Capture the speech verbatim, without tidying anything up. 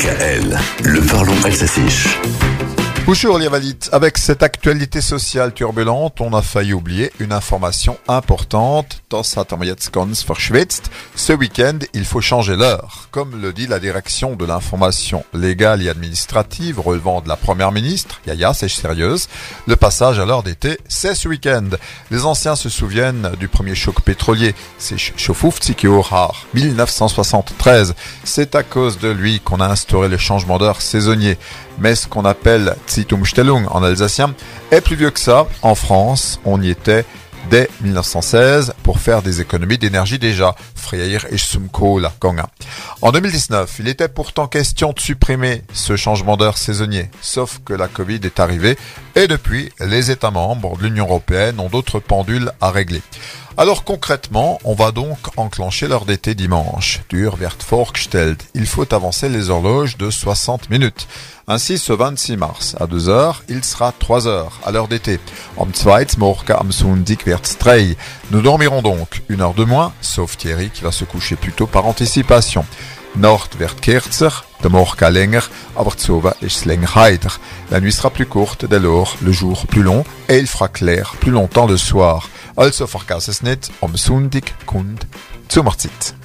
D K L, le parlons alsacien. Bonjour les Valides, avec cette actualité sociale turbulente, on a failli oublier une information importante. Das hat man jetzt ganz verschwitzt. Ce week-end, il faut changer l'heure. Comme le dit la direction de l'information légale et administrative relevant de la première ministre, Yaya, c'est sérieuse, le passage à l'heure d'été, c'est ce week-end. Les anciens se souviennent du premier choc pétrolier, c'est fünfzig Jahre, dix-neuf cent soixante-treize. C'est à cause de lui qu'on a instauré le changement d'heure saisonnier. Mais ce qu'on appelle Zeitumstellung en alsacien est plus vieux que ça. En France, on y était dès dix-neuf cent seize pour faire des économies d'énergie déjà. En deux mille dix-neuf, il était pourtant question de supprimer ce changement d'heure saisonnier. Sauf que la Covid est arrivée et depuis, les États membres de l'Union européenne ont d'autres pendules à régler. Alors concrètement, on va donc enclencher l'heure d'été dimanche. Dur wird vorgestellt. Il faut avancer les horloges de soixante minutes. Ainsi, ce vingt-six mars, à deux heures, il sera trois heures à l'heure d'été. Am zweiten Morgen am Sonntag wird's drei. Nous dormirons donc une heure de moins, sauf Thierry qui va se coucher plus tôt par anticipation. Nacht wird kürzer, der Morgen länger, aber zusammen ist's länger heider. La nuit sera plus courte, dès lors le jour plus long et il fera clair plus longtemps le soir. Also vergass es nicht, am Sonntag kommt Sommerzeit.